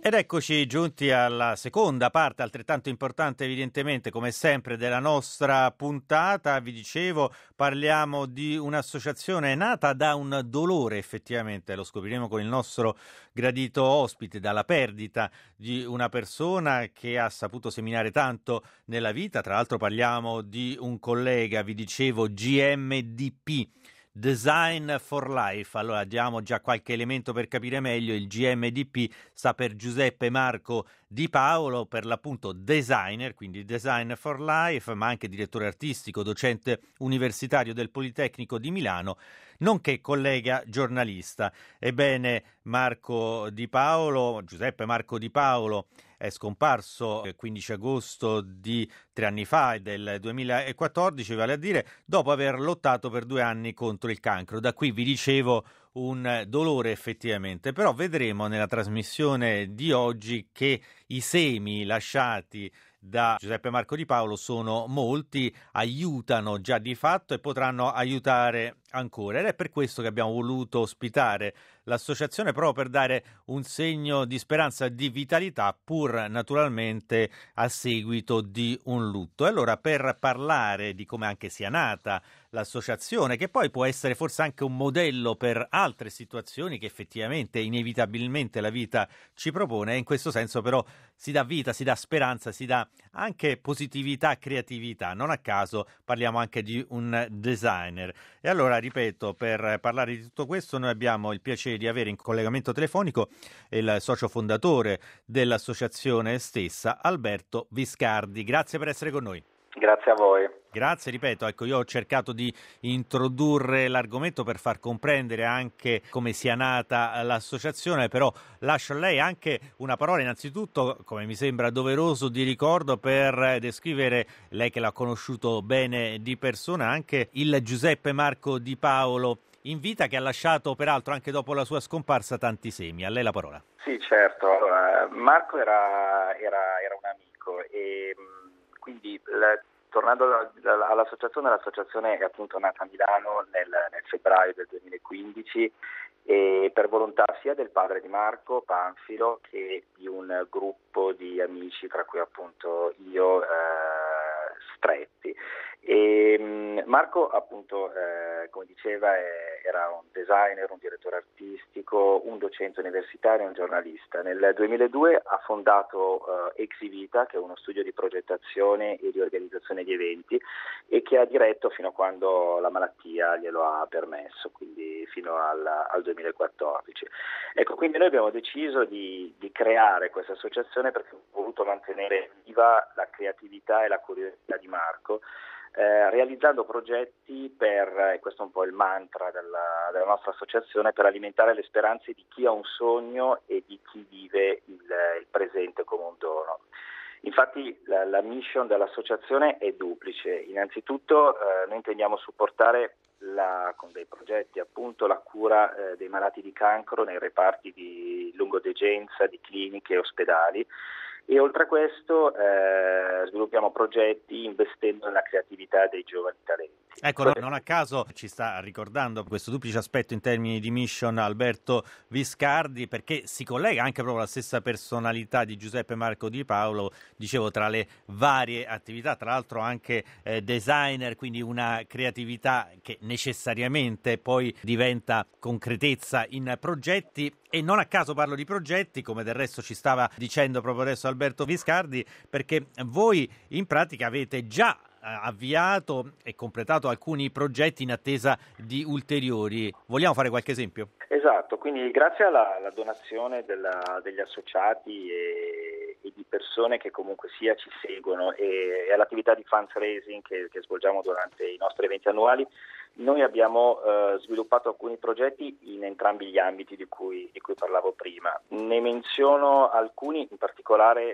Ed eccoci giunti alla seconda parte, altrettanto importante evidentemente come sempre della nostra puntata. Vi dicevo, parliamo di un'associazione nata da un dolore effettivamente, lo scopriremo con il nostro gradito ospite, dalla perdita di una persona che ha saputo seminare tanto nella vita. Tra l'altro parliamo di un collega, vi dicevo, GMDP. Design for Life. Allora diamo già qualche elemento per capire meglio. Il GMDP sta per Giuseppe Marco Di Paolo, per l'appunto designer, quindi Design for Life, ma anche direttore artistico, docente universitario del Politecnico di Milano, nonché collega giornalista. Ebbene, Giuseppe Marco Di Paolo è scomparso il 15 agosto di 3 anni fa, del 2014, vale a dire, dopo aver lottato per 2 anni contro il cancro. Da qui vi dicevo un dolore effettivamente, però vedremo nella trasmissione di oggi che i semi lasciati da Giuseppe Marco Di Paolo sono molti, aiutano già di fatto e potranno aiutare ancora, ed è per questo che abbiamo voluto ospitare l'associazione, proprio per dare un segno di speranza, di vitalità, pur naturalmente a seguito di un lutto. E allora, per parlare di come anche sia nata l'associazione, che poi può essere forse anche un modello per altre situazioni che effettivamente inevitabilmente la vita ci propone, e in questo senso però si dà vita, si dà speranza, si dà anche positività, creatività. Non a caso parliamo anche di un designer. E allora, ripeto, per parlare di tutto questo noi abbiamo il piacere di avere in collegamento telefonico il socio fondatore dell'associazione stessa, Alberto Viscardi. Grazie per essere con noi. Grazie a voi. Grazie, ripeto, ecco, io ho cercato di introdurre l'argomento per far comprendere anche come sia nata l'associazione, però lascio a lei anche una parola innanzitutto, come mi sembra doveroso, di ricordo per descrivere, lei che l'ha conosciuto bene di persona, anche il Giuseppe Marco Di Paolo in vita, che ha lasciato peraltro anche dopo la sua scomparsa tanti semi. A lei la parola. Sì, certo. Allora, Marco era un amico e quindi tornando all'associazione, l'associazione è appunto nata a Milano nel febbraio del 2015 e per volontà sia del padre di Marco, Panfilo, che di un gruppo di amici, tra cui appunto io, stretti. E Marco appunto, come diceva, era un designer, un direttore artistico, un docente universitario e un giornalista. Nel 2002 ha fondato Exivita, che è uno studio di progettazione e di organizzazione di eventi, e che ha diretto fino a quando la malattia glielo ha permesso, quindi fino al 2014. Ecco, quindi noi abbiamo deciso di creare questa associazione perché abbiamo voluto mantenere viva la creatività e la curiosità di Marco, realizzando progetti e questo è un po' il mantra della nostra associazione, per alimentare le speranze di chi ha un sogno e di chi vive il presente come un dono. Infatti la mission dell'associazione è duplice. Innanzitutto noi intendiamo supportare con dei progetti appunto la cura dei malati di cancro nei reparti di lungodegenza, di cliniche e ospedali. E oltre a questo sviluppiamo progetti investendo nella creatività dei giovani talenti. Ecco, non a caso ci sta ricordando questo duplice aspetto in termini di mission Alberto Viscardi, perché si collega anche proprio alla stessa personalità di Giuseppe Marco Di Paolo, dicevo, tra le varie attività, tra l'altro anche designer, quindi una creatività che necessariamente poi diventa concretezza in progetti. E non a caso parlo di progetti, come del resto ci stava dicendo proprio adesso Alberto Viscardi, perché voi in pratica avete già avviato e completato alcuni progetti in attesa di ulteriori. Vogliamo fare qualche esempio? Esatto, quindi grazie alla donazione degli associati e di persone che comunque sia ci seguono e all'attività di fundraising che svolgiamo durante i nostri eventi annuali, noi abbiamo sviluppato alcuni progetti in entrambi gli ambiti di cui parlavo prima. Ne menziono alcuni in particolare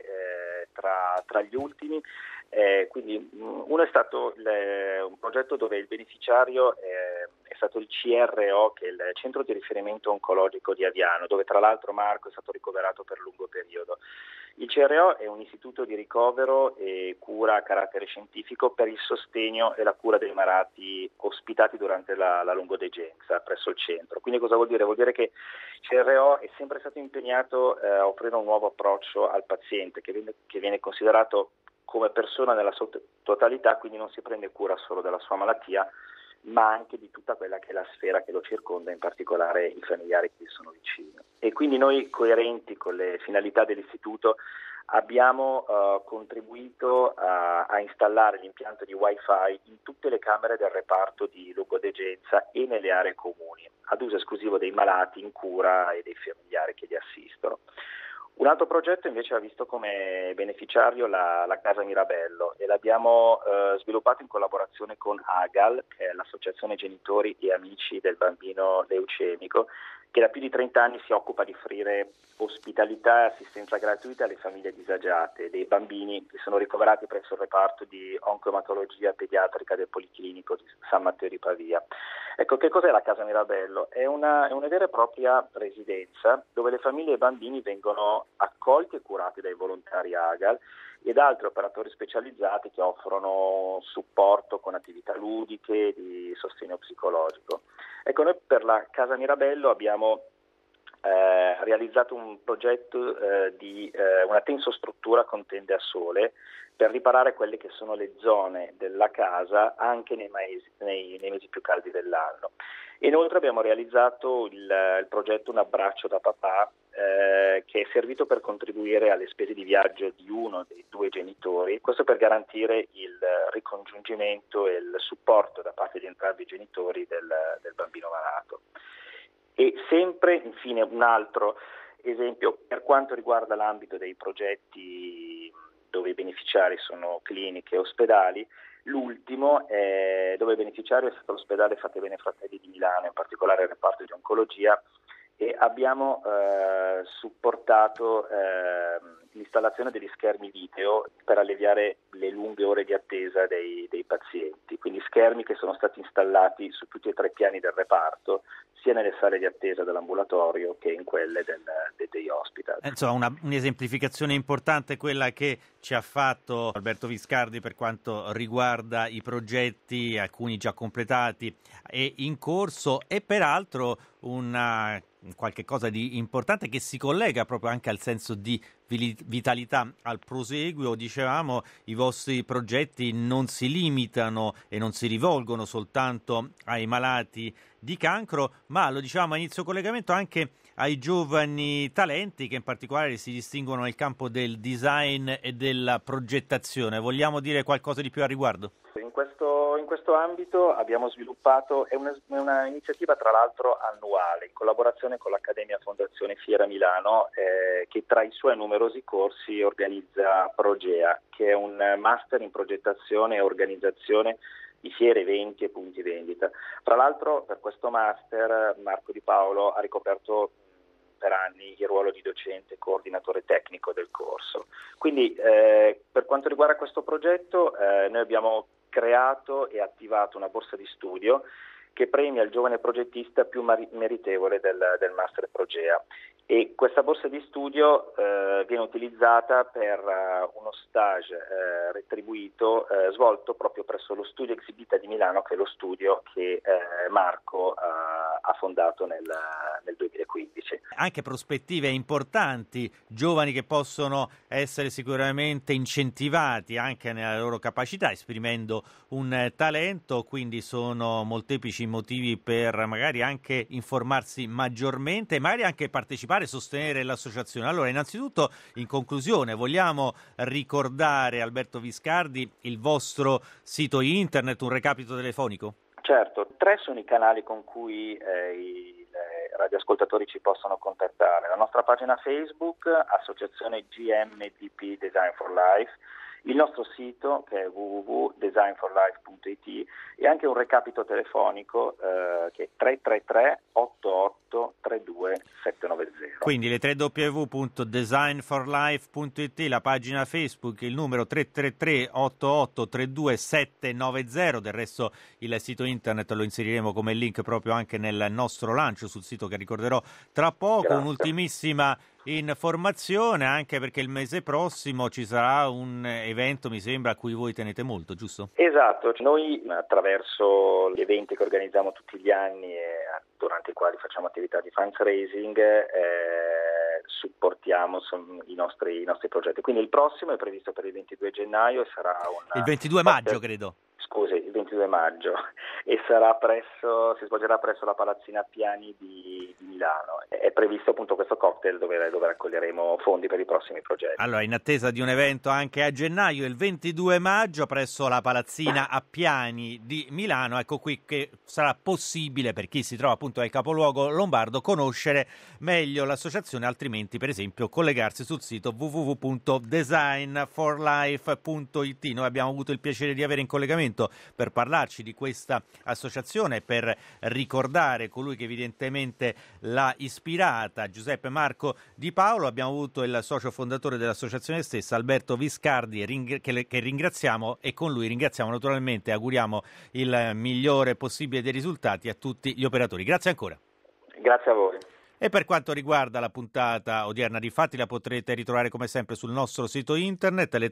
tra gli ultimi. Quindi uno è stato un progetto dove il beneficiario è stato il CRO, che è il centro di riferimento oncologico di Aviano, dove tra l'altro Marco è stato ricoverato per lungo periodo. Il CRO è un istituto di ricovero e cura a carattere scientifico per il sostegno e la cura dei malati ospitati durante la lungodegenza presso il centro. Quindi cosa vuol dire? Vuol dire che il CRO è sempre stato impegnato a offrire un nuovo approccio al paziente che viene considerato come persona nella sua totalità, quindi non si prende cura solo della sua malattia, ma anche di tutta quella che è la sfera che lo circonda, in particolare i familiari che gli sono vicini. E quindi noi, coerenti con le finalità dell'istituto, abbiamo contribuito a installare l'impianto di Wi-Fi in tutte le camere del reparto di lungodegenza e nelle aree comuni, ad uso esclusivo dei malati in cura e dei familiari che li assistono. Un altro progetto invece ha visto come beneficiario la Casa Mirabello e l'abbiamo sviluppato in collaborazione con AGAL, che è l'Associazione Genitori e Amici del Bambino Leucemico, che da più di 30 anni si occupa di offrire ospitalità e assistenza gratuita alle famiglie disagiate dei bambini che sono ricoverati presso il reparto di oncoematologia pediatrica del Policlinico di San Matteo di Pavia. Ecco, che cos'è la Casa Mirabello? È una vera e propria residenza dove le famiglie e i bambini vengono accolti e curati dai volontari AGAL e da altri operatori specializzati che offrono supporto con attività ludiche e di sostegno psicologico. Ecco, noi per la Casa Mirabello abbiamo realizzato un progetto di una tensostruttura con tende a sole per riparare quelle che sono le zone della casa anche nei mesi più caldi dell'anno. Inoltre abbiamo realizzato il progetto Un abbraccio da papà, che è servito per contribuire alle spese di viaggio di uno dei due genitori, questo per garantire il ricongiungimento e il supporto da parte di entrambi i genitori del bambino malato. E sempre, infine, un altro esempio per quanto riguarda l'ambito dei progetti dove i beneficiari sono cliniche e ospedali. L'ultimo è dove il beneficiario è stato l'ospedale Fatebenefratelli Fratelli di Milano, in particolare il reparto di oncologia, e abbiamo supportato l'installazione degli schermi video per alleviare le lunghe ore di attesa dei pazienti, quindi schermi che sono stati installati su tutti e tre i piani del reparto, sia nelle sale di attesa dell'ambulatorio che in quelle dei hospital. Insomma, un'esemplificazione importante quella che ci ha fatto Alberto Viscardi per quanto riguarda i progetti, alcuni già completati e in corso, e peraltro qualche cosa di importante che si collega proprio anche al senso di vitalità, al proseguo. Dicevamo, i vostri progetti non si limitano e non si rivolgono soltanto ai malati di cancro, ma lo dicevamo a inizio collegamento anche ai giovani talenti che in particolare si distinguono nel campo del design e della progettazione. Vogliamo dire qualcosa di più a riguardo? In questo ambito abbiamo sviluppato, è una iniziativa tra l'altro annuale, in collaborazione con l'Accademia Fondazione Fiera Milano, che tra i suoi numerosi corsi organizza Progea, che è un master in progettazione e organizzazione di fiere, eventi e punti vendita. Tra l'altro per questo master Marco Di Paolo ha ricoperto per anni il ruolo di docente e coordinatore tecnico del corso. Quindi per quanto riguarda questo progetto noi abbiamo creato e attivato una borsa di studio che premia il giovane progettista più meritevole del Master Progea, e questa borsa di studio viene utilizzata per uno stage retribuito svolto proprio presso lo Studio Exhibita di Milano, che è lo studio che Marco ha fondato nel 2015. Anche prospettive importanti, giovani che possono essere sicuramente incentivati anche nella loro capacità, esprimendo un talento, quindi sono molteplici motivi per magari anche informarsi maggiormente e magari anche partecipare e sostenere l'associazione. Allora, innanzitutto, in conclusione, vogliamo ricordare, Alberto Viscardi, il vostro sito internet, un recapito telefonico? Certo, 3 sono i canali con cui i radioascoltatori ci possono contattare: la nostra pagina Facebook, Associazione GMDP Design for Life, il nostro sito che è www.designforlife.it, e anche un recapito telefonico che è 333 88 32 790. Quindi le 3 www.designforlife.it, la pagina Facebook, il numero 333 88 32 790. Del resto il sito internet lo inseriremo come link proprio anche nel nostro lancio sul sito che ricorderò tra poco. Grazie. Un'ultimissima in formazione, anche perché il mese prossimo ci sarà un evento, mi sembra, a cui voi tenete molto, giusto? Esatto, noi attraverso gli eventi che organizziamo tutti gli anni e durante i quali facciamo attività di fundraising supportiamo i nostri progetti. Quindi il prossimo è previsto per il 22 gennaio e sarà il 22 maggio, credo. Scusi, il 22 maggio e si svolgerà presso la Palazzina Appiani di Milano. È previsto appunto questo cocktail dove raccoglieremo fondi per i prossimi progetti. Allora, in attesa di un evento anche a gennaio, il 22 maggio, presso la Palazzina Appiani di Milano, ecco qui che sarà possibile per chi si trova appunto nel capoluogo lombardo conoscere meglio l'associazione, altrimenti per esempio collegarsi sul sito www.designforlife.it. Noi abbiamo avuto il piacere di avere in collegamento per parlarci di questa associazione, per ricordare colui che evidentemente l'ha ispirata, Giuseppe Marco Di Paolo. Abbiamo avuto il socio fondatore dell'associazione stessa, Alberto Viscardi, che ringraziamo, e con lui ringraziamo naturalmente e auguriamo il migliore possibile dei risultati a tutti gli operatori. Grazie ancora. Grazie a voi. E per quanto riguarda la puntata odierna di Fatti, la potrete ritrovare come sempre sul nostro sito internet, alle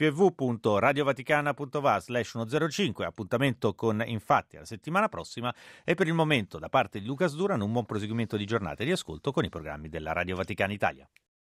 www.radiovaticana.va/105. Appuntamento con Infatti la settimana prossima, e per il momento da parte di Lucas Duran un buon proseguimento di giornata e di ascolto con i programmi della Radio Vaticana Italia.